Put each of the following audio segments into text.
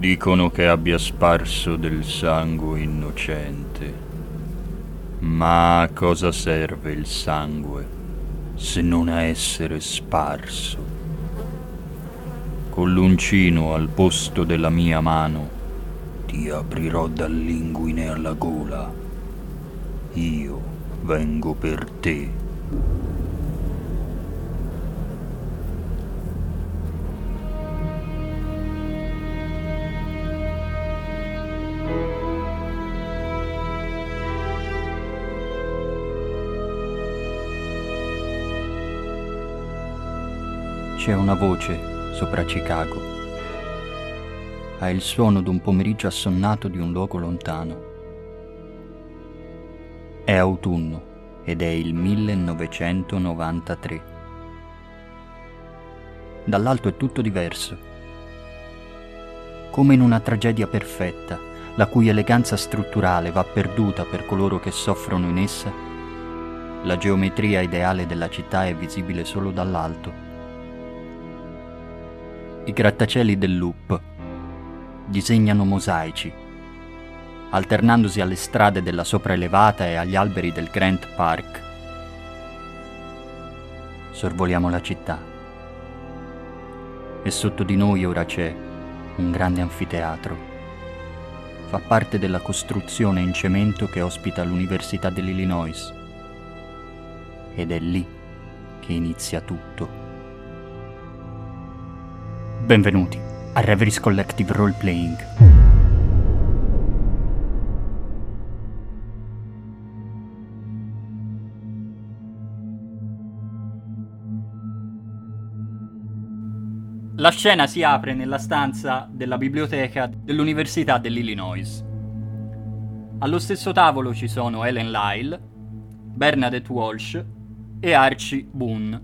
Dicono che abbia sparso del sangue innocente. Ma a cosa serve il sangue se non a essere sparso? Con l'uncino al posto della mia mano ti aprirò dall'inguine alla gola. Io vengo per te. C'è una voce sopra Chicago. Ha il suono d'un pomeriggio assonnato di un luogo lontano. È autunno ed è il 1993. Dall'alto è tutto diverso. Come in una tragedia perfetta, la cui eleganza strutturale va perduta per coloro che soffrono in essa, la geometria ideale della città è visibile solo dall'alto. I grattacieli del loop disegnano mosaici, alternandosi alle strade della sopraelevata e agli alberi del Grant Park. Sorvoliamo la città e sotto di noi ora c'è un grande anfiteatro. Fa parte della costruzione in cemento che ospita l'Università dell'Illinois ed è lì che inizia tutto. Benvenuti a Reveries Collective Role Playing. La scena si apre nella stanza della biblioteca dell'Università dell'Illinois. Allo stesso tavolo ci sono Ellen Lyle, Bernadette Walsh e Archie Boone.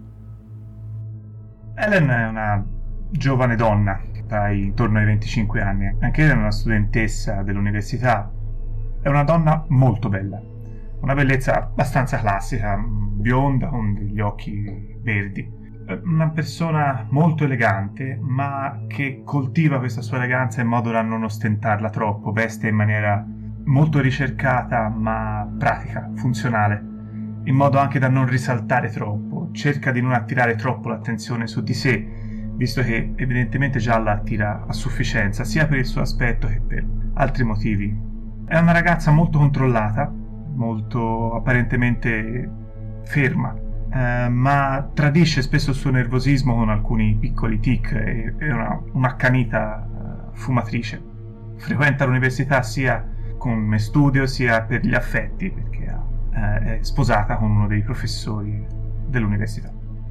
Ellen è una giovane donna, intorno ai 25 anni. Anche lei è una studentessa dell'università. È una donna molto bella. Una bellezza abbastanza classica, bionda, con degli occhi verdi. Una persona molto elegante, ma che coltiva questa sua eleganza in modo da non ostentarla troppo. Veste in maniera molto ricercata, ma pratica, funzionale, in modo anche da non risaltare troppo. Cerca di non attirare troppo l'attenzione su di sé, visto che evidentemente già la attira a sufficienza, sia per il suo aspetto che per altri motivi. È una ragazza molto controllata, molto apparentemente ferma, ma tradisce spesso il suo nervosismo con alcuni piccoli tic e un'accanita fumatrice. Frequenta l'università sia come studio sia per gli affetti, perché è sposata con uno dei professori dell'università.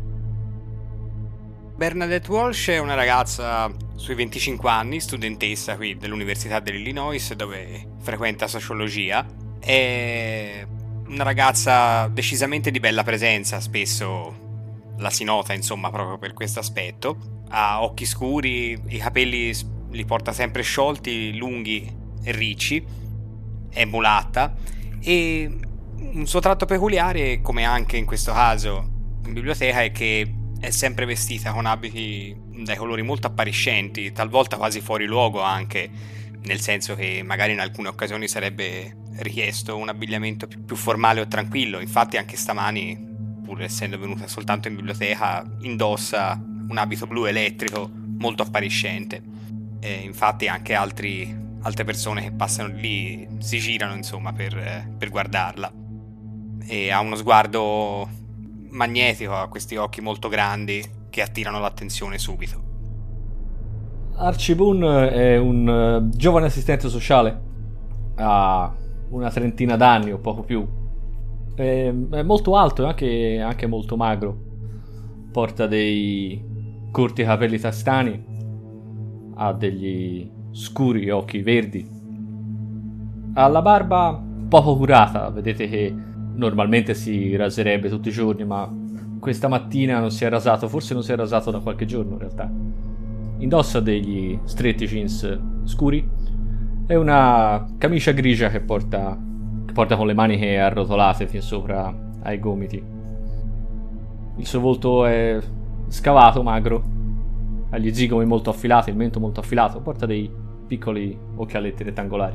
Bernadette Walsh è una ragazza sui 25 anni, studentessa qui dell'Università dell'Illinois, dove frequenta sociologia. È una ragazza decisamente di bella presenza, spesso la si nota, insomma, proprio per questo aspetto. Ha occhi scuri, i capelli li porta sempre sciolti, lunghi e ricci, è mulatta e un suo tratto peculiare, come anche in questo caso in biblioteca, è che è sempre vestita con abiti dai colori molto appariscenti, talvolta quasi fuori luogo anche, nel senso che magari in alcune occasioni sarebbe richiesto un abbigliamento più formale o tranquillo. Infatti anche stamani, pur essendo venuta soltanto in biblioteca, indossa un abito blu elettrico molto appariscente. E infatti anche altre persone che passano lì si girano, insomma, per guardarla. E ha uno sguardo magnetico, ha questi occhi molto grandi che attirano l'attenzione subito. Archie Boone è un giovane assistente sociale, ha una trentina d'anni o poco più, è molto alto e anche molto magro, porta dei corti capelli castani, ha degli scuri occhi verdi, ha la barba poco curata, vedete che normalmente si raserebbe tutti i giorni, ma questa mattina non si è rasato, forse non si è rasato da qualche giorno in realtà. Indossa degli stretti jeans scuri e una camicia grigia che porta con le maniche arrotolate fin sopra ai gomiti. Il suo volto è scavato, magro, ha gli zigomi molto affilati, il mento molto affilato, porta dei piccoli occhialetti rettangolari.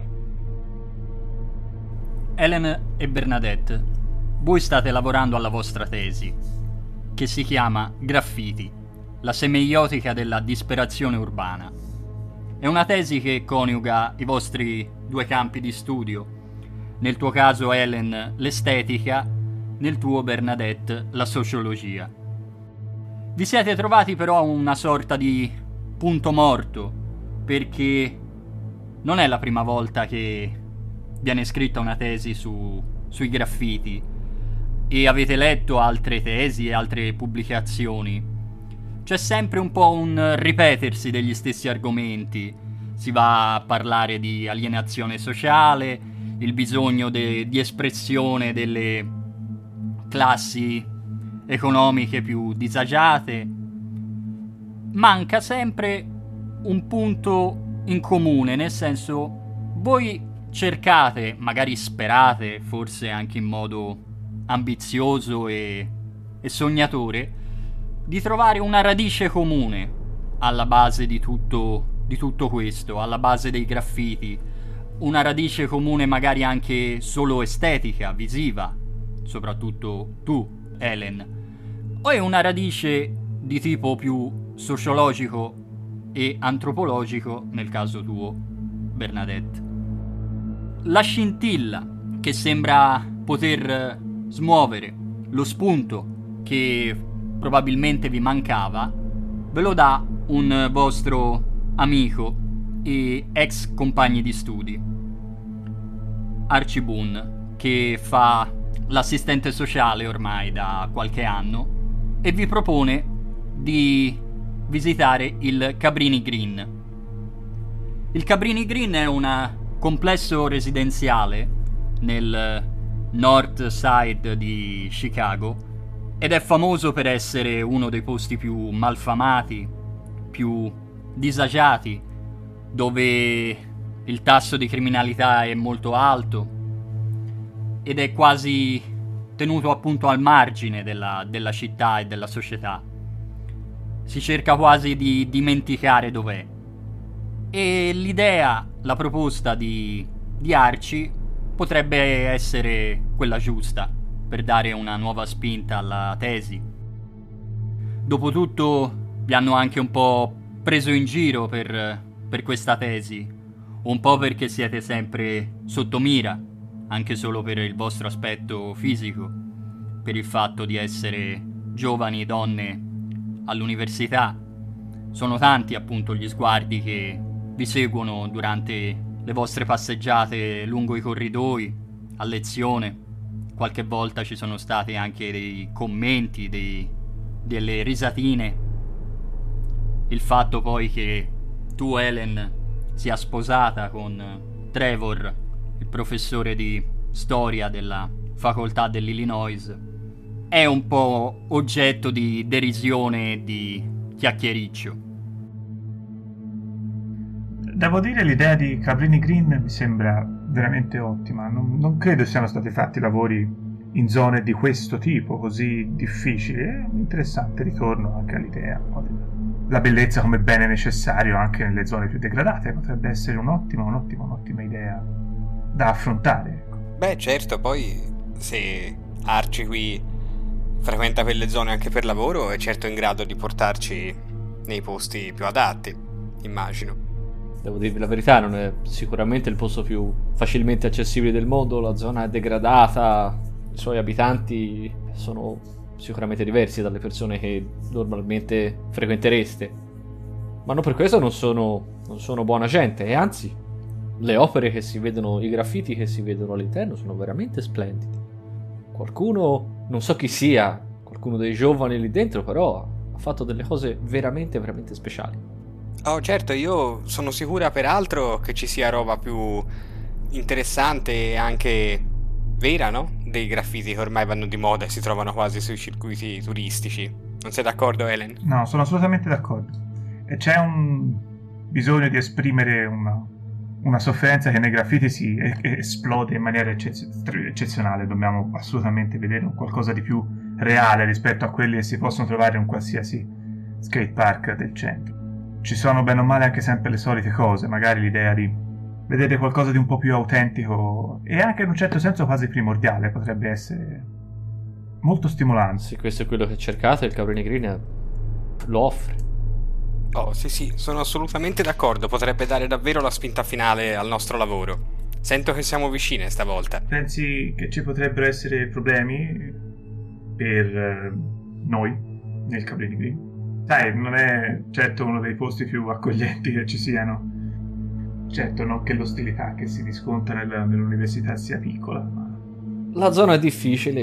Helen e Bernadette, voi state lavorando alla vostra tesi, che si chiama Graffiti, la semeiotica della disperazione urbana. È una tesi che coniuga i vostri due campi di studio. Nel tuo caso, Helen, l'estetica, nel tuo, Bernadette, la sociologia. Vi siete trovati però a una sorta di punto morto, perché non è la prima volta che viene scritta una tesi sui graffiti e avete letto altre tesi e altre pubblicazioni. C'è sempre un po' un ripetersi degli stessi argomenti. Si va a parlare di alienazione sociale, il bisogno di espressione delle classi economiche più disagiate. Manca sempre un punto in comune, nel senso, voi cercate, magari sperate, forse anche in modo ambizioso e sognatore, di trovare una radice comune alla base di tutto questo, alla base dei graffiti, una radice comune magari anche solo estetica, visiva, soprattutto tu, Helen, o è una radice di tipo più sociologico e antropologico nel caso tuo, Bernadette. La scintilla che sembra poter smuovere, lo spunto che probabilmente vi mancava, ve lo dà un vostro amico e ex compagni di studi, Archie Boone, che fa l'assistente sociale ormai da qualche anno e vi propone di visitare il Cabrini Green. Il Cabrini Green è un complesso residenziale nel North Side di Chicago ed è famoso per essere uno dei posti più malfamati, più disagiati, dove il tasso di criminalità è molto alto ed è quasi tenuto appunto al margine della città e della società. Si cerca quasi di dimenticare dov'è. E l'idea, la proposta di Archie potrebbe essere quella giusta per dare una nuova spinta alla tesi. Dopotutto vi hanno anche un po' preso in giro per questa tesi, un po' perché siete sempre sotto mira, anche solo per il vostro aspetto fisico, per il fatto di essere giovani donne all'università. Sono tanti appunto gli sguardi che vi seguono durante le vostre passeggiate lungo i corridoi, a lezione. Qualche volta ci sono stati anche dei commenti, delle risatine. Il fatto poi che tu, Helen, sia sposata con Trevor, il professore di storia della facoltà dell'Illinois, è un po' oggetto di derisione e di chiacchiericcio. Devo dire, l'idea di Cabrini Green mi sembra veramente ottima. Non credo siano stati fatti lavori in zone di questo tipo così difficili. È un interessante ritorno anche all'idea, no, la bellezza come bene necessario anche nelle zone più degradate. Potrebbe essere un'ottima idea da affrontare. Beh, certo, poi se Archie qui frequenta quelle zone anche per lavoro, è certo in grado di portarci nei posti più adatti, immagino. Devo dirvi la verità, non è sicuramente il posto più facilmente accessibile del mondo, la zona è degradata, i suoi abitanti sono sicuramente diversi dalle persone che normalmente frequentereste, ma non per questo non sono buona gente, e anzi, le opere che si vedono, i graffiti che si vedono all'interno sono veramente splendidi. Qualcuno, non so chi sia, qualcuno dei giovani lì dentro, però ha fatto delle cose veramente, veramente speciali. Oh, certo, io sono sicura peraltro che ci sia roba più interessante e anche vera, no? Dei graffiti che ormai vanno di moda e si trovano quasi sui circuiti turistici. Non sei d'accordo, Helen? No, sono assolutamente d'accordo. E c'è un bisogno di esprimere una sofferenza che nei graffiti si esplode in maniera eccezionale. Dobbiamo assolutamente vedere un qualcosa di più reale rispetto a quelli che si possono trovare in un qualsiasi skate park del centro. ci sono bene o male anche sempre le solite cose, magari l'idea di vedere qualcosa di un po' più autentico e anche in un certo senso quasi primordiale potrebbe essere molto stimolante. Se questo è quello che cercate, il Cabrini Green lo offre. Oh, sì, sono assolutamente d'accordo, potrebbe dare davvero la spinta finale al nostro lavoro. Sento che siamo vicine stavolta. Pensi che ci potrebbero essere problemi per noi nel Cabrini Green? Sai, non è certo uno dei posti più accoglienti che ci siano. Certo, non che l'ostilità che si riscontra nell'università sia piccola, ma... La zona è difficile,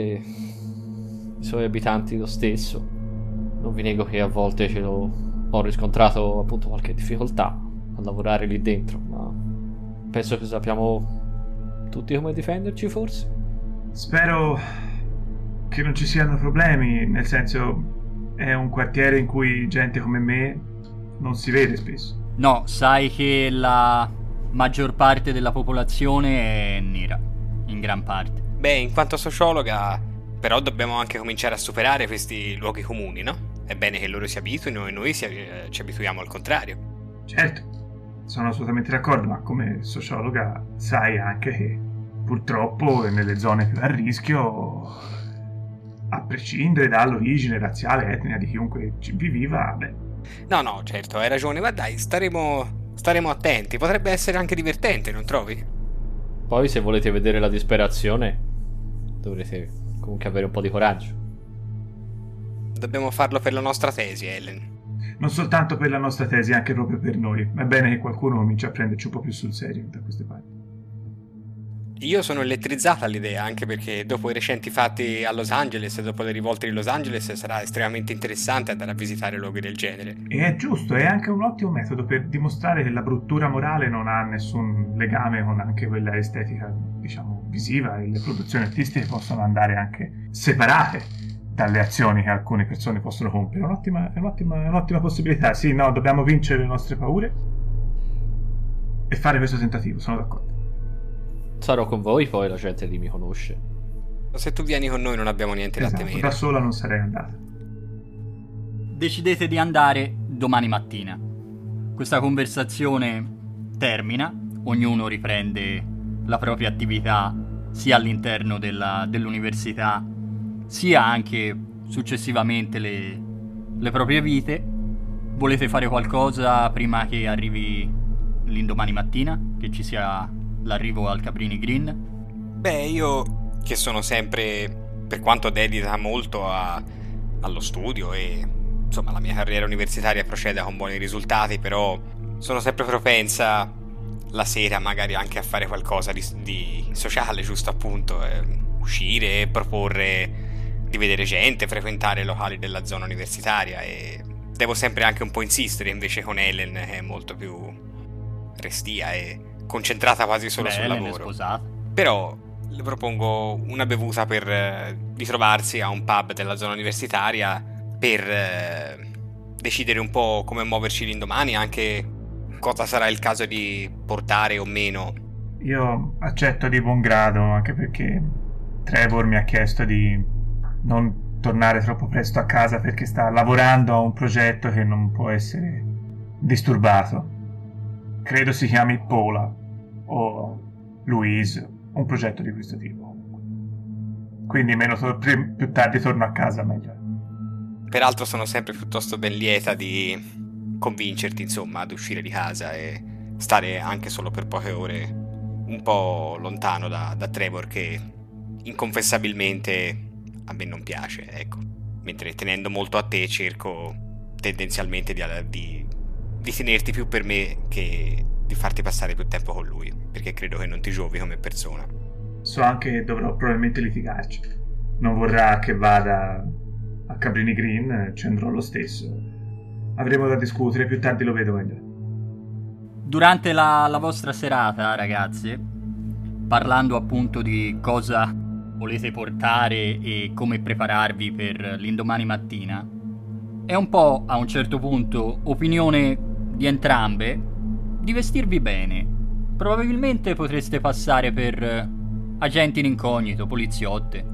i suoi abitanti lo stesso. Non vi nego che a volte ho riscontrato appunto qualche difficoltà a lavorare lì dentro, ma penso che sappiamo tutti come difenderci, forse. Spero che non ci siano problemi, nel senso è un quartiere in cui gente come me non si vede spesso. No, sai che la maggior parte della popolazione è nera, in gran parte. Beh, in quanto sociologa, però dobbiamo anche cominciare a superare questi luoghi comuni, no? È bene che loro si abituino e noi ci abituiamo al contrario. Certo, sono assolutamente d'accordo, ma come sociologa sai anche che purtroppo nelle zone più a rischio, a prescindere dall'origine razziale, etnica di chiunque vi viva, beh... No, certo, hai ragione, ma dai, staremo attenti, potrebbe essere anche divertente, non trovi? Poi se volete vedere la disperazione, dovrete comunque avere un po' di coraggio. Dobbiamo farlo per la nostra tesi, Ellen. Non soltanto per la nostra tesi, anche proprio per noi. È bene che qualcuno cominci a prenderci un po' più sul serio da queste parti. Io sono elettrizzata all'idea, anche perché dopo i recenti fatti a Los Angeles e dopo le rivolte di Los Angeles sarà estremamente interessante andare a visitare luoghi del genere. E è giusto, è anche un ottimo metodo per dimostrare che la bruttura morale non ha nessun legame con anche quella estetica, diciamo, visiva, e le produzioni artistiche possono andare anche separate dalle azioni che alcune persone possono compiere. È un'ottima possibilità. Sì, no, dobbiamo vincere le nostre paure e fare questo tentativo, sono d'accordo. Sarò con voi, poi la gente lì mi conosce. Se tu vieni con noi non abbiamo niente da temere. Da sola non sarei andata. Decidete di andare domani mattina. Questa conversazione termina, ognuno riprende la propria attività sia all'interno dell'università sia anche successivamente le proprie vite. Volete fare qualcosa prima che arrivi l'indomani mattina? Che ci sia l'arrivo al Cabrini Green? Beh, io che sono sempre, per quanto dedita molto allo studio e insomma la mia carriera universitaria procede con buoni risultati, però sono sempre propensa la sera magari anche a fare qualcosa di sociale, giusto appunto, uscire e proporre di vedere gente, frequentare i locali della zona universitaria, e devo sempre anche un po' insistere invece con Ellen, che è molto più restia e concentrata quasi solo sul lavoro. Però le propongo una bevuta per ritrovarsi a un pub della zona universitaria per decidere un po' come muoverci l'indomani, anche cosa sarà il caso di portare o meno. Io accetto di buon grado, anche perché Trevor mi ha chiesto di non tornare troppo presto a casa perché sta lavorando a un progetto che non può essere disturbato. Credo si chiami Paula o Louise, un progetto di questo tipo. Quindi più tardi torno a casa meglio. Peraltro sono sempre piuttosto ben lieta di convincerti, insomma, ad uscire di casa e stare anche solo per poche ore un po' lontano da Trevor, che inconfessabilmente a me non piace, ecco. Mentre tenendo molto a te cerco tendenzialmente di tenerti più per me che di farti passare più tempo con lui, perché credo che non ti giovi come persona. So anche che dovrò probabilmente litigarci. Non vorrà che vada a Cabrini Green, ci andrò lo stesso. Avremo da discutere, più tardi lo vedo meglio. Durante la vostra serata, ragazze, parlando appunto di cosa volete portare e come prepararvi per l'indomani mattina, è un po' a un certo punto opinione di entrambe di vestirvi bene. Probabilmente potreste passare per agenti in incognito, poliziotte.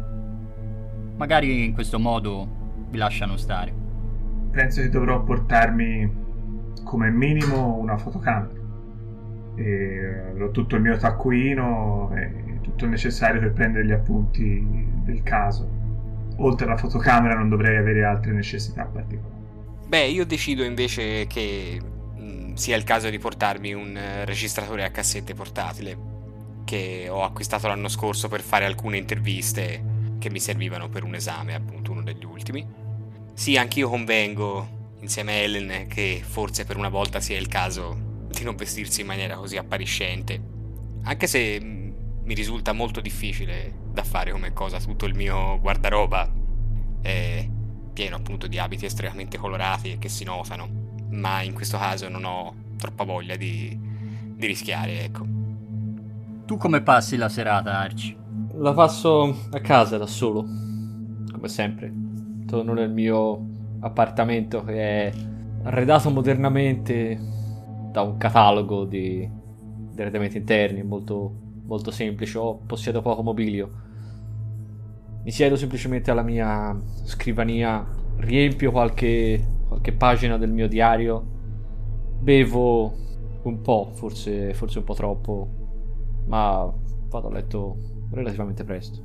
Magari in questo modo vi lasciano stare. Penso che dovrò portarmi come minimo una fotocamera. E ho tutto il mio taccuino e tutto il necessario per prendere gli appunti del caso. Oltre alla fotocamera non dovrei avere altre necessità particolari. Beh, io decido invece che sia il caso di portarmi un registratore a cassette portatile che ho acquistato l'anno scorso per fare alcune interviste che mi servivano per un esame, appunto uno degli ultimi. Sì, anch'io convengo insieme a Ellen che forse per una volta sia il caso di non vestirsi in maniera così appariscente, anche se mi risulta molto difficile da fare come cosa. Tutto il mio guardaroba è pieno appunto di abiti estremamente colorati e che si notano, ma in questo caso non ho troppa voglia di rischiare, ecco. Tu come passi la serata, Arci? La passo a casa da solo, come sempre. Torno nel mio appartamento che è arredato modernamente da un catalogo di arredamenti interni molto, molto semplice. Possiedo poco mobilio. Mi siedo semplicemente alla mia scrivania, riempio qualche pagina del mio diario, bevo un po', forse un po' troppo, ma vado a letto relativamente presto.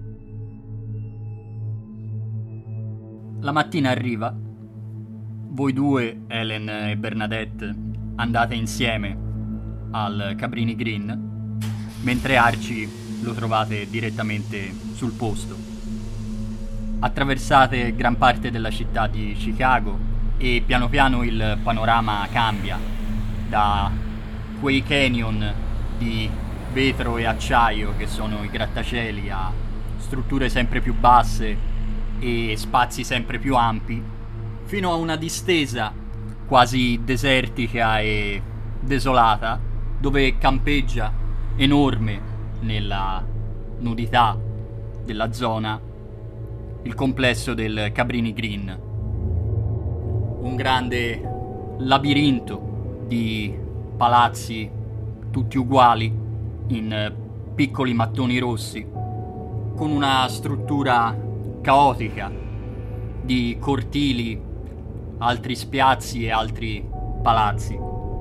La mattina arriva. Voi due, Ellen e Bernadette, andate insieme al Cabrini Green, mentre Arci lo trovate direttamente sul posto. Attraversate gran parte della città di Chicago e piano piano il panorama cambia da quei canyon di vetro e acciaio che sono i grattacieli a strutture sempre più basse e spazi sempre più ampi, fino a una distesa quasi desertica e desolata, dove campeggia enorme nella nudità della zona il complesso del Cabrini Green. Un grande labirinto di palazzi tutti uguali in piccoli mattoni rossi, con una struttura caotica di cortili, altri spiazzi e altri palazzi.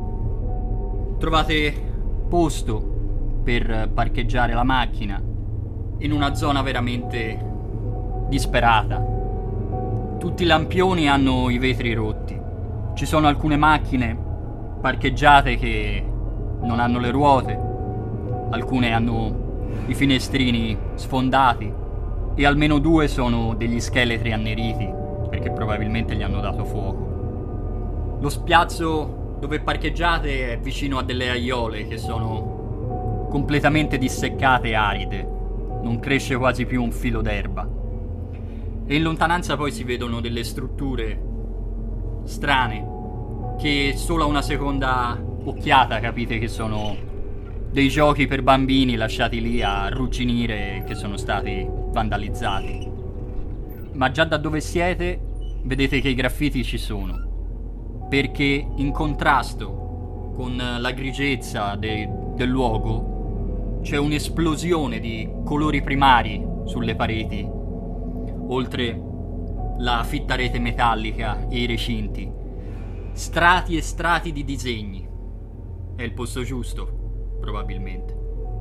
Trovate posto per parcheggiare la macchina in una zona veramente disperata. Tutti i lampioni hanno i vetri rotti. Ci sono alcune macchine parcheggiate che non hanno le ruote, alcune hanno i finestrini sfondati e almeno 2 sono degli scheletri anneriti perché probabilmente gli hanno dato fuoco. Lo spiazzo dove parcheggiate è vicino a delle aiole che sono completamente disseccate e aride. Non cresce quasi più un filo d'erba. E in lontananza poi si vedono delle strutture strane che solo a una seconda occhiata capite che sono dei giochi per bambini lasciati lì a arrugginire e che sono stati vandalizzati. Ma già da dove siete vedete che i graffiti ci sono, perché in contrasto con la grigiezza del luogo c'è un'esplosione di colori primari sulle pareti, oltre la fitta rete metallica e i recinti. Strati e strati di disegni. È il posto giusto, probabilmente.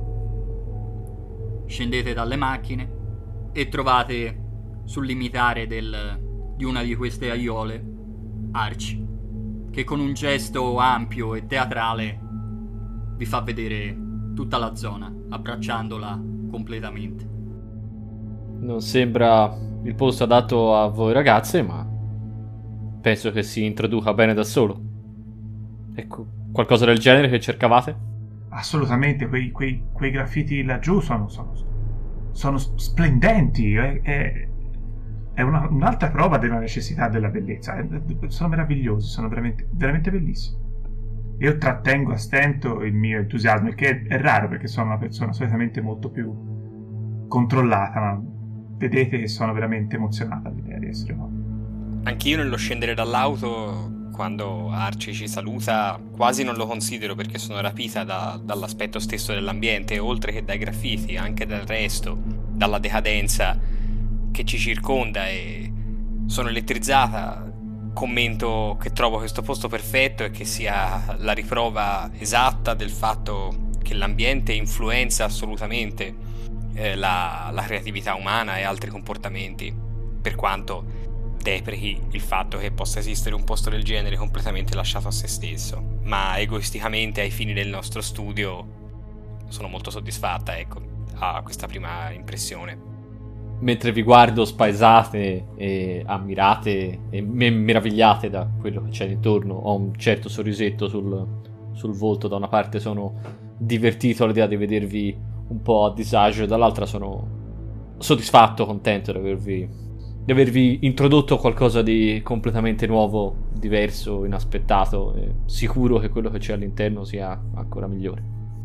Scendete dalle macchine e trovate sul limitare di una di queste aiole Arci, che con un gesto ampio e teatrale vi fa vedere tutta la zona, abbracciandola completamente. Non sembra il posto adatto a voi ragazze, ma penso che si introduca bene da solo. Ecco, qualcosa del genere che cercavate? Assolutamente, quei graffiti laggiù sono splendenti. È un'altra prova della necessità della bellezza. Sono meravigliosi, sono veramente, veramente bellissimi. Io trattengo a stento il mio entusiasmo, il che è raro perché sono una persona solitamente molto più controllata, ma vedete che sono veramente emozionata all'idea di essere qua. Anch'io nello scendere dall'auto, quando Arci ci saluta, quasi non lo considero perché sono rapita dall'aspetto stesso dell'ambiente, oltre che dai graffiti, anche dal resto, dalla decadenza che ci circonda, e sono elettrizzata commento che trovo questo posto perfetto e che sia la riprova esatta del fatto che l'ambiente influenza assolutamente la creatività umana e altri comportamenti, per quanto deprechi il fatto che possa esistere un posto del genere completamente lasciato a se stesso. Ma egoisticamente, ai fini del nostro studio, sono molto soddisfatta, ecco, a questa prima impressione. Mentre vi guardo spaesate e ammirate e meravigliate da quello che c'è intorno, ho un certo sorrisetto sul volto. Da una parte sono divertito all'idea di vedervi un po' a disagio, e dall'altra sono soddisfatto, contento di avervi introdotto qualcosa di completamente nuovo, diverso, inaspettato, e sicuro che quello che c'è all'interno sia ancora migliore.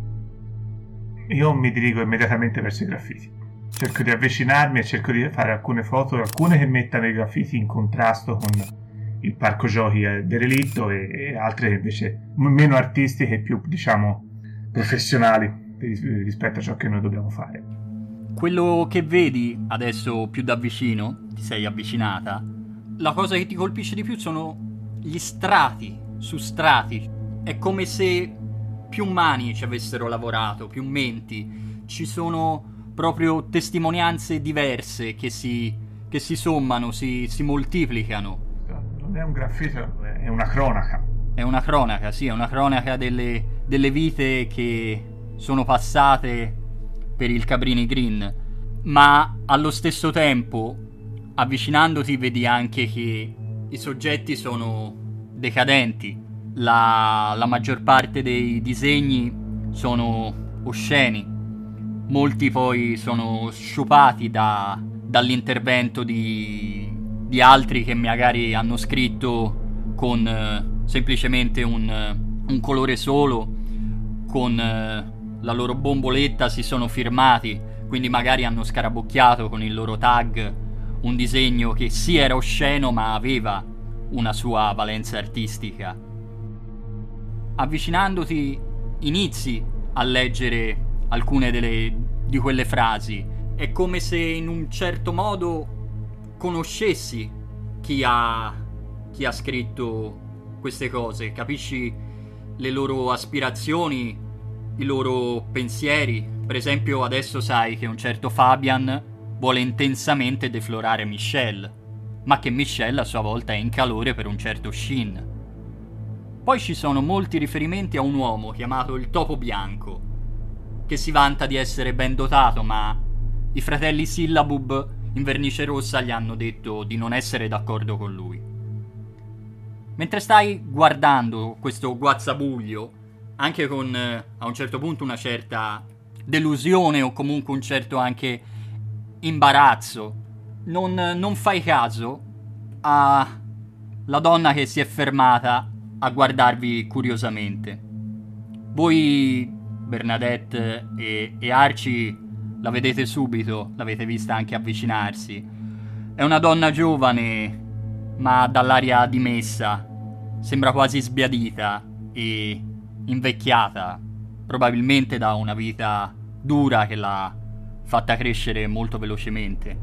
Io mi dirigo immediatamente verso i graffiti. Cerco di avvicinarmi e cerco di fare alcune foto, alcune che mettano i graffiti in contrasto con il parco giochi derelitto e altre invece meno artistiche e più, diciamo, professionali rispetto a ciò che noi dobbiamo fare. Quello che vedi adesso più da vicino, ti sei avvicinata, la cosa che ti colpisce di più sono gli strati su strati. È come se più mani ci avessero lavorato, più menti. Ci sono proprio testimonianze diverse che si sommano, si moltiplicano. Non è un graffito, è una cronaca. È una cronaca, sì, è una cronaca delle vite che sono passate per il Cabrini Green. Ma allo stesso tempo, avvicinandoti, vedi anche che i soggetti sono decadenti. La maggior parte dei disegni sono osceni. Molti poi sono sciupati dall'intervento di altri che magari hanno scritto con semplicemente un colore solo, con la loro bomboletta si sono firmati, quindi magari hanno scarabocchiato con il loro tag un disegno che sì era osceno ma aveva una sua valenza artistica. Avvicinandoti inizi a leggere alcune di quelle frasi. È come se in un certo modo conoscessi chi ha scritto queste cose, capisci le loro aspirazioni, i loro pensieri. Per esempio adesso sai che un certo Fabian vuole intensamente deflorare Michelle, ma che Michelle a sua volta è in calore per un certo Shin. Poi ci sono molti riferimenti a un uomo chiamato il Topo Bianco, che si vanta di essere ben dotato, ma i fratelli Syllabub in vernice rossa gli hanno detto di non essere d'accordo con lui. Mentre stai guardando questo guazzabuglio, anche con a un certo punto una certa delusione o comunque un certo anche imbarazzo, non fai caso alla donna che si è fermata a guardarvi curiosamente. Voi, Bernadette e Archie, la vedete subito, l'avete vista anche avvicinarsi. È una donna giovane, ma dall'aria dimessa, sembra quasi sbiadita e invecchiata, probabilmente da una vita dura che l'ha fatta crescere molto velocemente.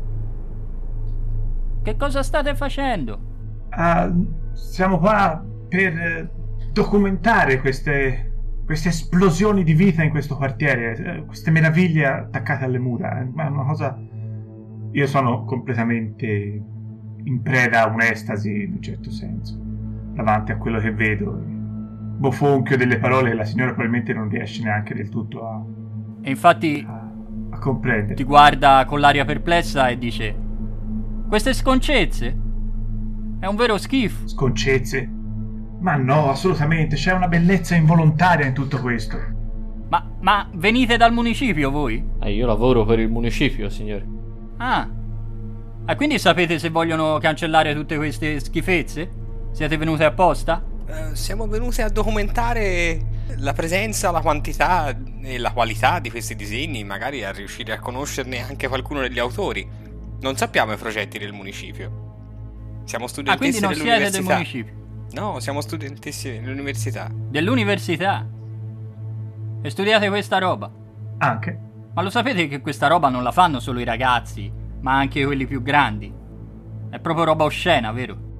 Che cosa state facendo? Siamo qua per documentare queste esplosioni di vita in questo quartiere, queste meraviglie attaccate alle mura. Ma è una cosa... Io sono completamente in preda a un'estasi, in un certo senso, davanti a quello che vedo. Bofonchio delle parole che la signora probabilmente non riesce neanche del tutto a... E infatti a comprendere. Ti guarda con l'aria perplessa e dice: queste sconcezze? È un vero schifo. Sconcezze? Ma no, assolutamente, c'è una bellezza involontaria in tutto questo. Ma venite dal municipio voi? Io lavoro per il municipio, signore. Ah, e quindi sapete se vogliono cancellare tutte queste schifezze? Siete venute apposta? Siamo venuti a documentare la presenza, la quantità e la qualità di questi disegni, magari a riuscire a conoscerne anche qualcuno degli autori. Non sappiamo i progetti del municipio. Siamo studentessi dell'università. Quindi non siete del municipio? No, siamo studentessi dell'università. Dell'università? E studiate questa roba? Anche. Ma lo sapete che questa roba non la fanno solo i ragazzi, ma anche quelli più grandi? È proprio roba oscena, vero?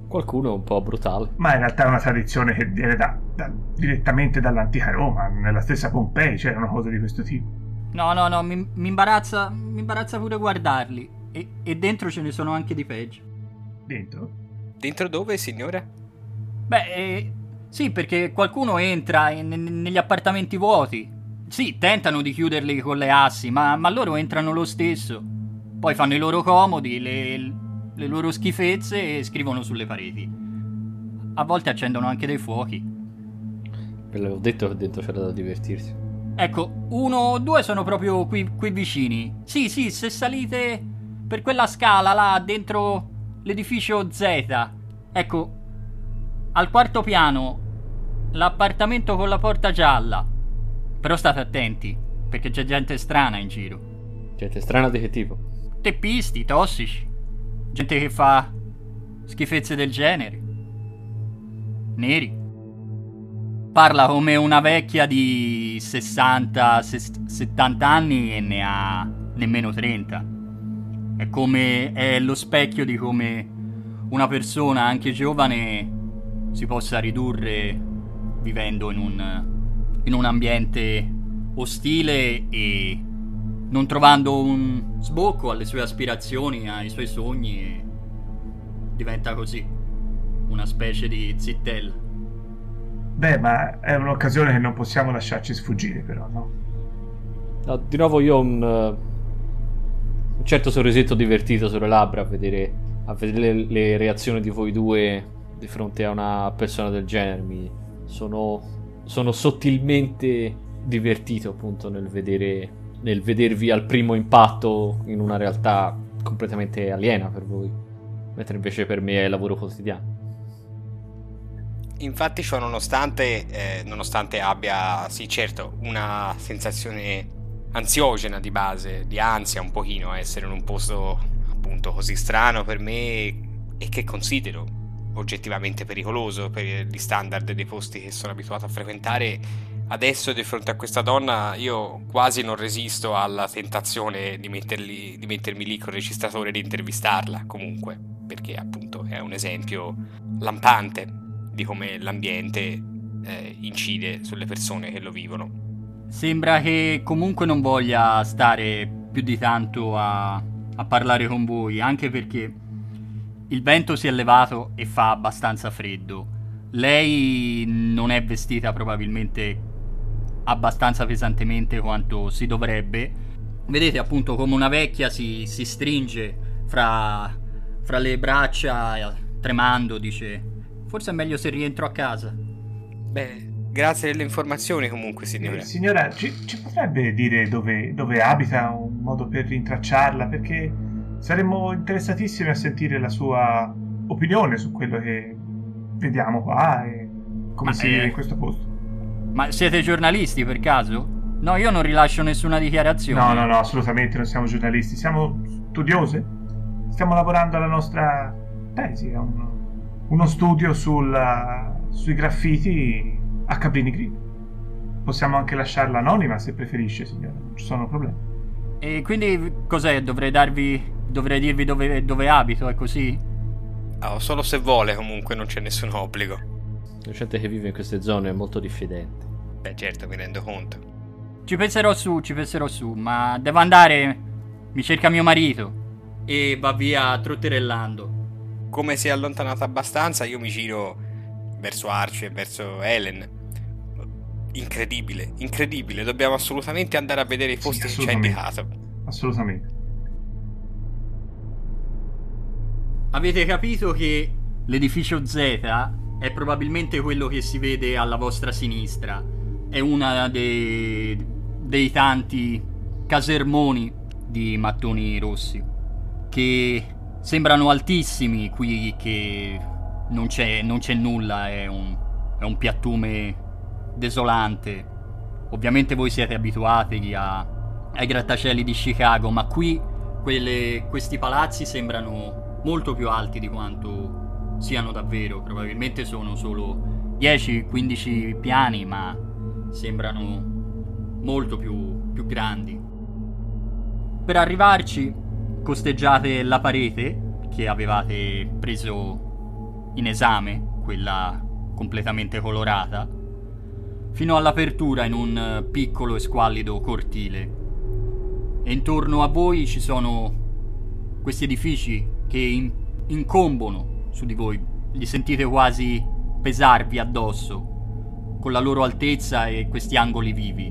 Qualcuno è un po' brutale. Ma in realtà è una tradizione che viene direttamente dall'antica Roma, nella stessa Pompei c'era una cosa di questo tipo. No, mi imbarazza pure guardarli. E dentro ce ne sono anche di peggio. Dentro? Dentro dove, signora? Beh, sì, perché qualcuno entra negli appartamenti vuoti. Sì, tentano di chiuderli con le assi, ma loro entrano lo stesso. Poi fanno i loro comodi, le loro schifezze e scrivono sulle pareti. A volte accendono anche dei fuochi. Ve l'avevo detto che dentro c'era da divertirsi. Ecco, 1 o 2 sono proprio qui vicini. Sì, se salite per quella scala là dentro l'edificio Z. Ecco, al 4º piano, l'appartamento con la porta gialla. Però state attenti, perché c'è gente strana in giro. Gente strana di che tipo? Teppisti, tossici. Gente che fa schifezze del genere. Neri. Parla come una vecchia di 60-70 anni e ne ha nemmeno 30. È lo specchio di come una persona, anche giovane, si possa ridurre vivendo in un ambiente ostile e non trovando un sbocco alle sue aspirazioni, ai suoi sogni, e diventa così, una specie di zittella. Beh, ma è un'occasione che non possiamo lasciarci sfuggire, però, no? No, di nuovo io ho un certo sorrisetto divertito sulle labbra a vedere le reazioni di voi due di fronte a una persona del genere. Sono sottilmente divertito appunto nel vedervi al primo impatto in una realtà completamente aliena per voi, mentre invece per me è il lavoro quotidiano. Infatti ciò nonostante abbia, sì certo, una sensazione ansiogena di base, di ansia un pochino, essere in un posto appunto così strano per me e che considero oggettivamente pericoloso per gli standard dei posti che sono abituato a frequentare. Adesso di fronte a questa donna io quasi non resisto alla tentazione di mettermi lì col registratore e di intervistarla comunque, perché appunto è un esempio lampante di come l'ambiente incide sulle persone che lo vivono. Sembra che comunque non voglia stare più di tanto a parlare con voi, anche perché il vento si è levato e fa abbastanza freddo. Lei non è vestita probabilmente abbastanza pesantemente quanto si dovrebbe. Vedete appunto come una vecchia si stringe fra le braccia, tremando, dice: forse è meglio se rientro a casa. Beh, grazie delle informazioni comunque, signora. Signora, ci potrebbe dire dove abita, un modo per rintracciarla? Perché saremmo interessatissimi a sentire la sua opinione su quello che vediamo qua e come si vive in questo posto. Ma siete giornalisti per caso? No, io non rilascio nessuna dichiarazione. No, assolutamente non siamo giornalisti, siamo studiose. Stiamo lavorando alla nostra tesi, è uno studio sui graffiti a Cabrini Green. Possiamo anche lasciarla anonima se preferisce, signora, non ci sono problemi. E quindi cos'è? Dovrei dirvi dove abito, è così? Oh, solo se vuole, comunque non c'è nessun obbligo. La gente che vive in queste zone è molto diffidente. Beh, certo, mi rendo conto. Ci penserò su, ma devo andare. Mi cerca mio marito. E va via trotterellando. Come si è allontanata abbastanza, io mi giro verso Archie e verso Helen. Incredibile, dobbiamo assolutamente andare a vedere i posti che ci ha indicato. Assolutamente. Avete capito che l'edificio Z è probabilmente quello che si vede alla vostra sinistra. È una dei tanti casermoni di mattoni rossi che sembrano altissimi qui, che non c'è nulla, è un piattume desolante. Ovviamente voi siete abituati ai grattacieli di Chicago, ma qui questi palazzi sembrano molto più alti di quanto siano davvero. Probabilmente sono solo 10-15 piani, ma sembrano molto più grandi. Per arrivarci costeggiate la parete che avevate preso in esame, quella completamente colorata, fino all'apertura in un piccolo e squallido cortile. E intorno a voi ci sono questi edifici che incombono su di voi, li sentite quasi pesarvi addosso, con la loro altezza e questi angoli vivi.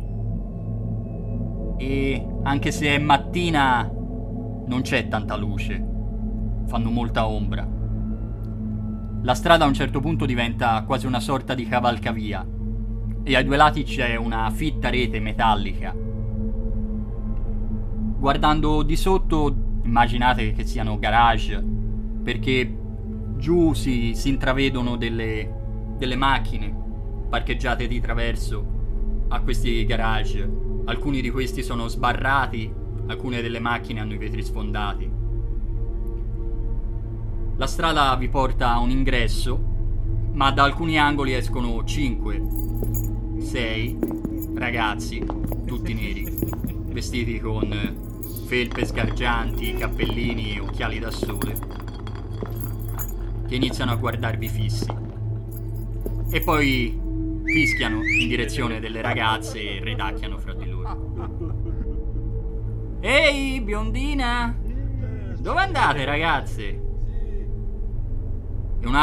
E anche se è mattina non c'è tanta luce, fanno molta ombra. La strada a un certo punto diventa quasi una sorta di cavalcavia e ai due lati c'è una fitta rete metallica. Guardando di sotto immaginate che siano garage, perché giù si intravedono delle macchine parcheggiate di traverso a questi garage. Alcuni di questi sono sbarrati, alcune delle macchine hanno i vetri sfondati. La strada vi porta a un ingresso, ma da alcuni angoli escono 5, 6 ragazzi, tutti neri, vestiti con felpe sgargianti, cappellini e occhiali da sole, che iniziano a guardarvi fissi. E poi fischiano in direzione delle ragazze e ridacchiano fra di loro. Ehi, biondina! Dove andate, ragazze? E un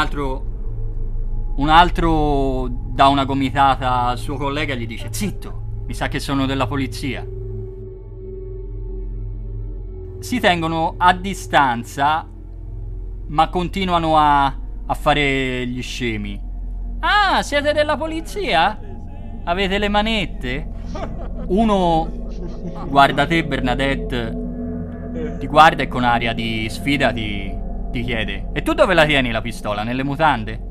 altro dà una gomitata al suo collega e gli dice: zitto, mi sa che sono della polizia. Si tengono a distanza, ma continuano a fare gli scemi. Ah, siete della polizia? Avete le manette? Uno guarda te, Bernadette, ti guarda e con aria di sfida ti chiede: e tu dove la tieni la pistola? Nelle mutande?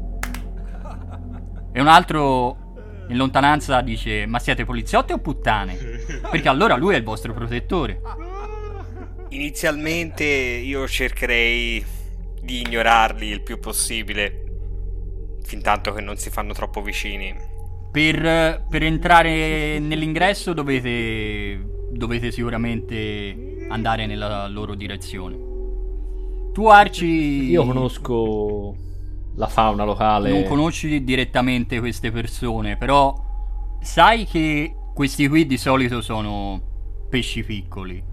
E un altro in lontananza dice: ma siete poliziotti o puttane? Perché allora lui è il vostro protettore. Inizialmente io cercherei di ignorarli il più possibile, fin tanto che non si fanno troppo vicini. Per entrare nell'ingresso dovete sicuramente andare nella loro direzione. Tu, Arci... Io conosco la fauna locale. Non conosci direttamente queste persone, però sai che questi qui di solito sono pesci piccoli.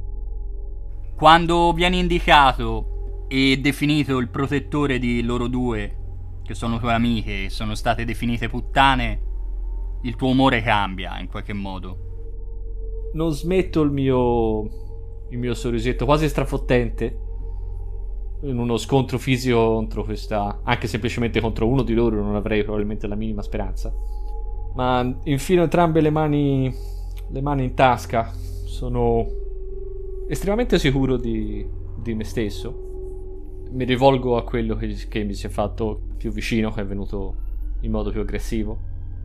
Quando viene indicato e definito il protettore di loro due, che sono tue amiche e sono state definite puttane, il tuo umore cambia in qualche modo. Non smetto il mio sorrisetto quasi strafottente in uno scontro fisico contro questa, anche semplicemente contro uno di loro non avrei probabilmente la minima speranza, ma infilo entrambe le mani in tasca. Sono estremamente sicuro di me stesso. Mi rivolgo a quello che mi si è fatto più vicino, che è venuto in modo più aggressivo.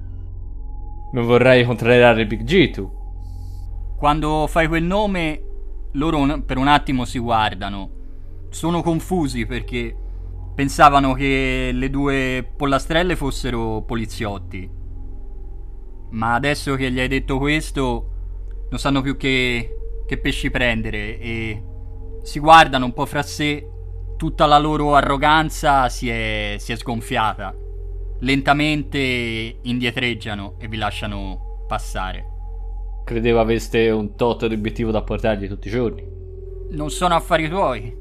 Non vorrei contrariare Big G, tu. Quando fai quel nome, loro per un attimo si guardano. Sono confusi perché pensavano che le due pollastrelle fossero poliziotti. Ma adesso che gli hai detto questo, non sanno più che pesci prendere e si guardano un po' fra sé. Tutta la loro arroganza si è sgonfiata. Lentamente indietreggiano e vi lasciano passare. Credevo aveste un tot di obiettivo da portargli tutti i giorni. Non sono affari tuoi.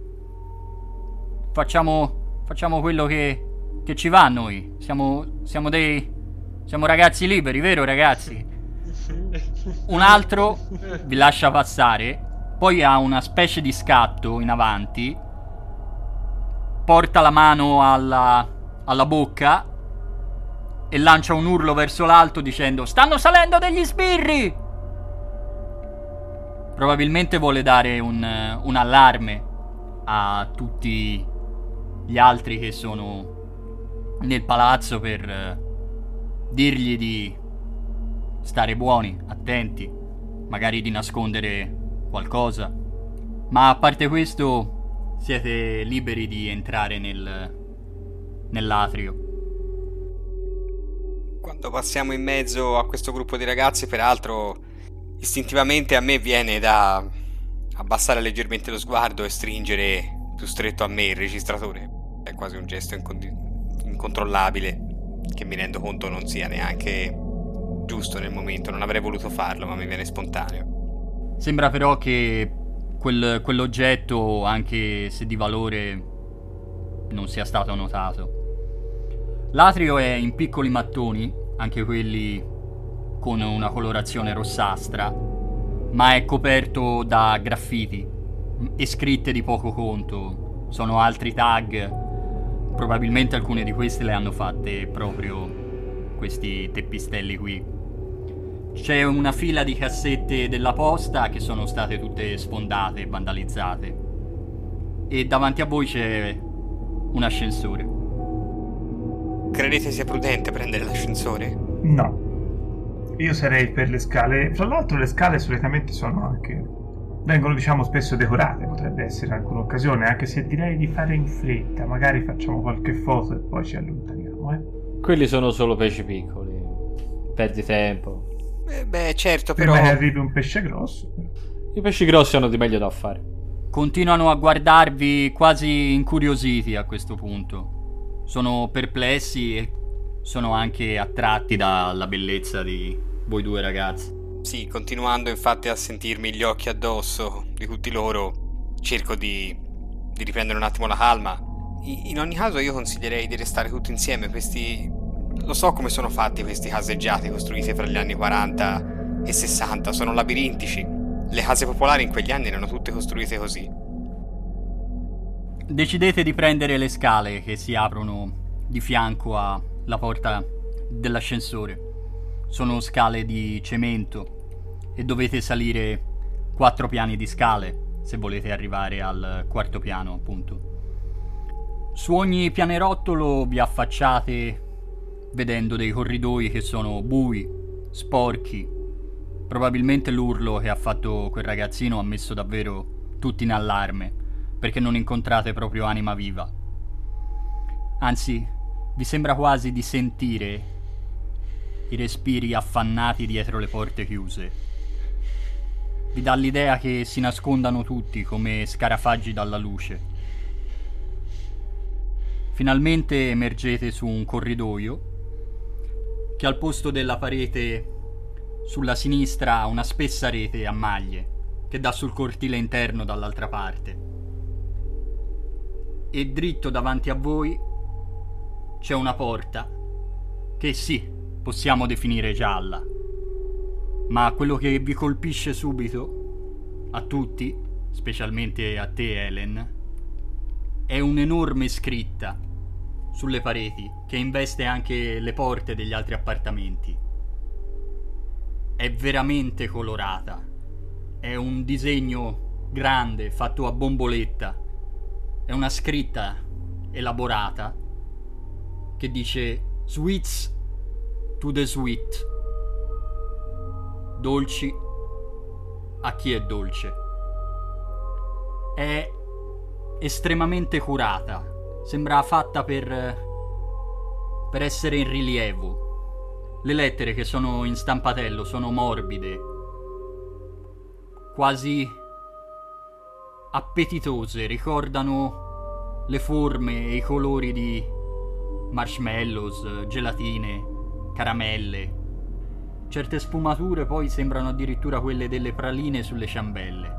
Facciamo quello che ci va a noi. Siamo ragazzi liberi, vero ragazzi? Un altro vi lascia passare, poi ha una specie di scatto in avanti, porta la mano alla bocca e lancia un urlo verso l'alto dicendo: stanno salendo degli sbirri! Probabilmente vuole dare un allarme a tutti gli altri che sono nel palazzo per dirgli di stare buoni, attenti, magari di nascondere qualcosa. Ma a parte questo siete liberi di entrare nell'atrio. Quando passiamo in mezzo a questo gruppo di ragazzi, peraltro, istintivamente a me viene da abbassare leggermente lo sguardo e stringere più stretto a me il registratore. È quasi un gesto incontrollabile, che mi rendo conto non sia neanche giusto nel momento. Non avrei voluto farlo, ma mi viene spontaneo. Sembra però che quell'oggetto, anche se di valore, non sia stato notato. L'atrio è in piccoli mattoni, anche quelli con una colorazione rossastra, ma è coperto da graffiti e scritte di poco conto. Sono altri tag, probabilmente alcune di queste le hanno fatte proprio questi teppistelli qui. C'è una fila di cassette della posta che sono state tutte sfondate e vandalizzate, e davanti a voi c'è un ascensore. Credete sia prudente prendere l'ascensore? No. Io sarei per le scale. Fra l'altro le scale solitamente sono anche... vengono, diciamo, spesso decorate. Potrebbe essere anche un'occasione, anche se direi di fare in fretta. Magari facciamo qualche foto e poi ci allontaniamo, Quelli sono solo pesci piccoli. Perdi tempo. Beh, certo, però... Prima che arrivi un pesce grosso. I pesci grossi hanno di meglio da fare. Continuano a guardarvi quasi incuriositi a questo punto. Sono perplessi e sono anche attratti dalla bellezza di voi due ragazzi. Sì, continuando infatti a sentirmi gli occhi addosso di tutti loro, cerco di riprendere un attimo la calma. In ogni caso io consiglierei di restare tutti insieme. Questi... lo so come sono fatti questi caseggiati costruiti fra gli anni 40 e 60, sono labirintici. Le case popolari in quegli anni erano tutte costruite così. Decidete di prendere le scale che si aprono di fianco alla porta dell'ascensore. Sono scale di cemento e dovete salire 4 piani di scale se volete arrivare al 4º piano, appunto. Su ogni pianerottolo vi affacciate vedendo dei corridoi che sono bui, sporchi. Probabilmente l'urlo che ha fatto quel ragazzino ha messo davvero tutti in allarme, perché non incontrate proprio anima viva. Anzi, vi sembra quasi di sentire i respiri affannati dietro le porte chiuse. Vi dà l'idea che si nascondano tutti come scarafaggi dalla luce. Finalmente emergete su un corridoio che al posto della parete sulla sinistra ha una spessa rete a maglie che dà sul cortile interno dall'altra parte. E dritto davanti a voi c'è una porta che sì, possiamo definire gialla, ma quello che vi colpisce subito, a tutti, specialmente a te Helen, è un'enorme scritta sulle pareti che investe anche le porte degli altri appartamenti. È veramente colorata, è un disegno grande fatto a bomboletta, è una scritta elaborata che dice "Sweets to the sweet", dolci a chi è dolce. È estremamente curata, sembra fatta per essere in rilievo. Le lettere che sono in stampatello sono morbide, quasi appetitose, ricordano le forme e i colori di marshmallows, gelatine, caramelle. Certe sfumature poi sembrano addirittura quelle delle praline sulle ciambelle.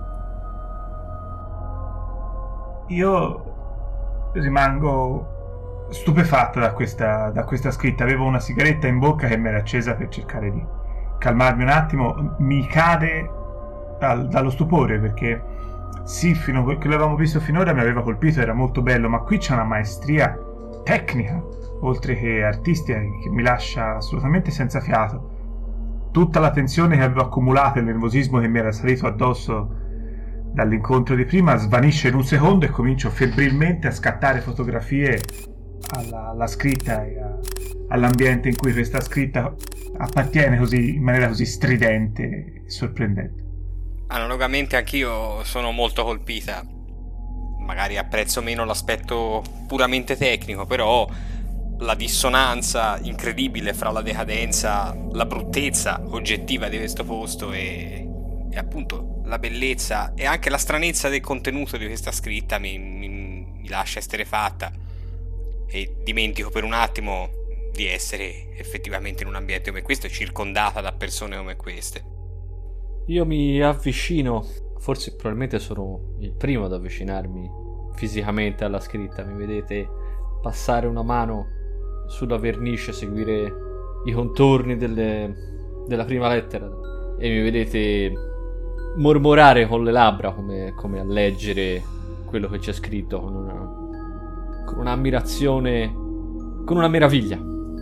Io rimango stupefatto da questa scritta. Avevo una sigaretta in bocca che mi era accesa per cercare di calmarmi un attimo. Mi cade dallo stupore, perché sì, fino a quello che avevamo visto finora mi aveva colpito, era molto bello, ma qui c'è una maestria tecnica oltre che artistica che mi lascia assolutamente senza fiato. Tutta la tensione che avevo accumulato, il nervosismo che mi era salito addosso dall'incontro di prima svanisce in un secondo e comincio febbrilmente a scattare fotografie alla scritta e all'ambiente in cui questa scritta appartiene, così in maniera così stridente e sorprendente. Analogamente anch'io sono molto colpita. Magari apprezzo meno l'aspetto puramente tecnico, però la dissonanza incredibile fra la decadenza, la bruttezza oggettiva di questo posto e appunto la bellezza e anche la stranezza del contenuto di questa scritta mi lascia esterrefatta. e dimentico per un attimo di essere effettivamente in un ambiente come questo, circondata da persone come queste. Io mi avvicino, forse probabilmente sono il primo ad avvicinarmi fisicamente alla scritta. Mi vedete passare una mano sulla vernice, seguire i contorni della prima lettera, e mi vedete mormorare con le labbra come a leggere quello che c'è scritto con un'ammirazione, con una meraviglia.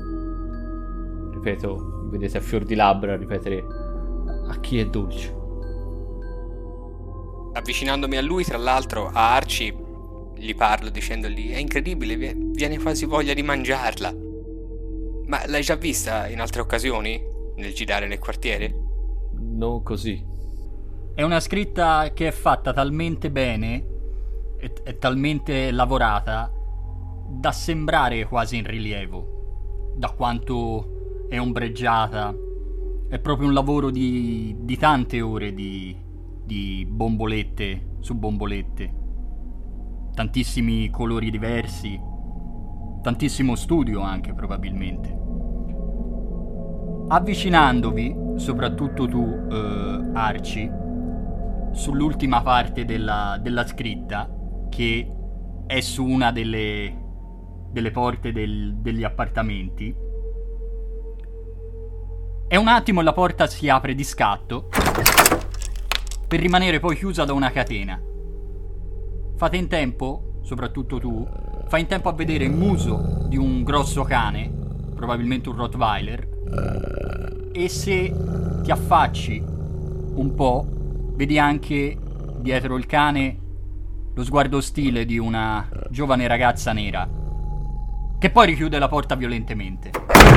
Ripeto, mi vedete a fior di labbra ripetere: a chi è dolce. Avvicinandomi a lui, tra l'altro, a Archie gli parlo dicendogli: è incredibile, viene quasi voglia di mangiarla. Ma l'hai già vista in altre occasioni? Nel girare nel quartiere? Non così. È una scritta che è fatta talmente bene, è talmente lavorata, da sembrare quasi in rilievo, da quanto è ombreggiata. È proprio un lavoro di tante ore di bombolette su bombolette, tantissimi colori diversi, tantissimo studio anche probabilmente. Avvicinandovi, soprattutto tu, Archie, sull'ultima parte della scritta, che è su una delle porte degli appartamenti, e un attimo la porta si apre di scatto per rimanere poi chiusa da una catena. Fate in tempo, soprattutto tu, fai in tempo a vedere il muso di un grosso cane, probabilmente un Rottweiler, e se ti affacci un po', vedi anche dietro il cane lo sguardo ostile di una giovane ragazza nera, che poi richiude la porta violentemente.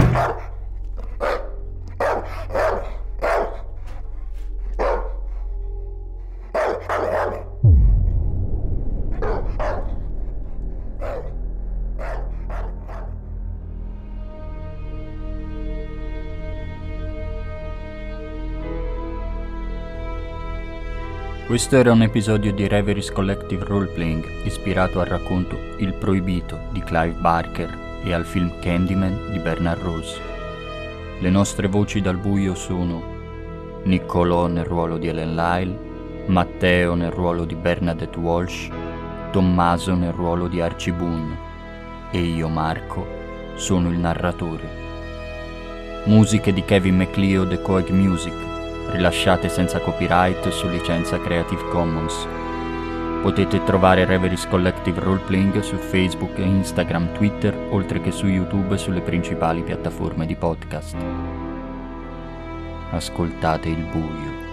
Questo era un episodio di Reveries Collective Roleplaying ispirato al racconto Il Proibito di Clive Barker e al film Candyman di Bernard Rose. Le nostre voci dal buio sono Niccolò nel ruolo di Ellen Lyle, Matteo nel ruolo di Bernadette Walsh, Tommaso nel ruolo di Archie Boone e io, Marco, sono il narratore. Musiche di Kevin MacLeod e Coeg Music, rilasciate senza copyright su licenza Creative Commons. Potete trovare Reveries Collective Roleplaying su Facebook, Instagram, Twitter, oltre che su YouTube e sulle principali piattaforme di podcast. Ascoltate il buio.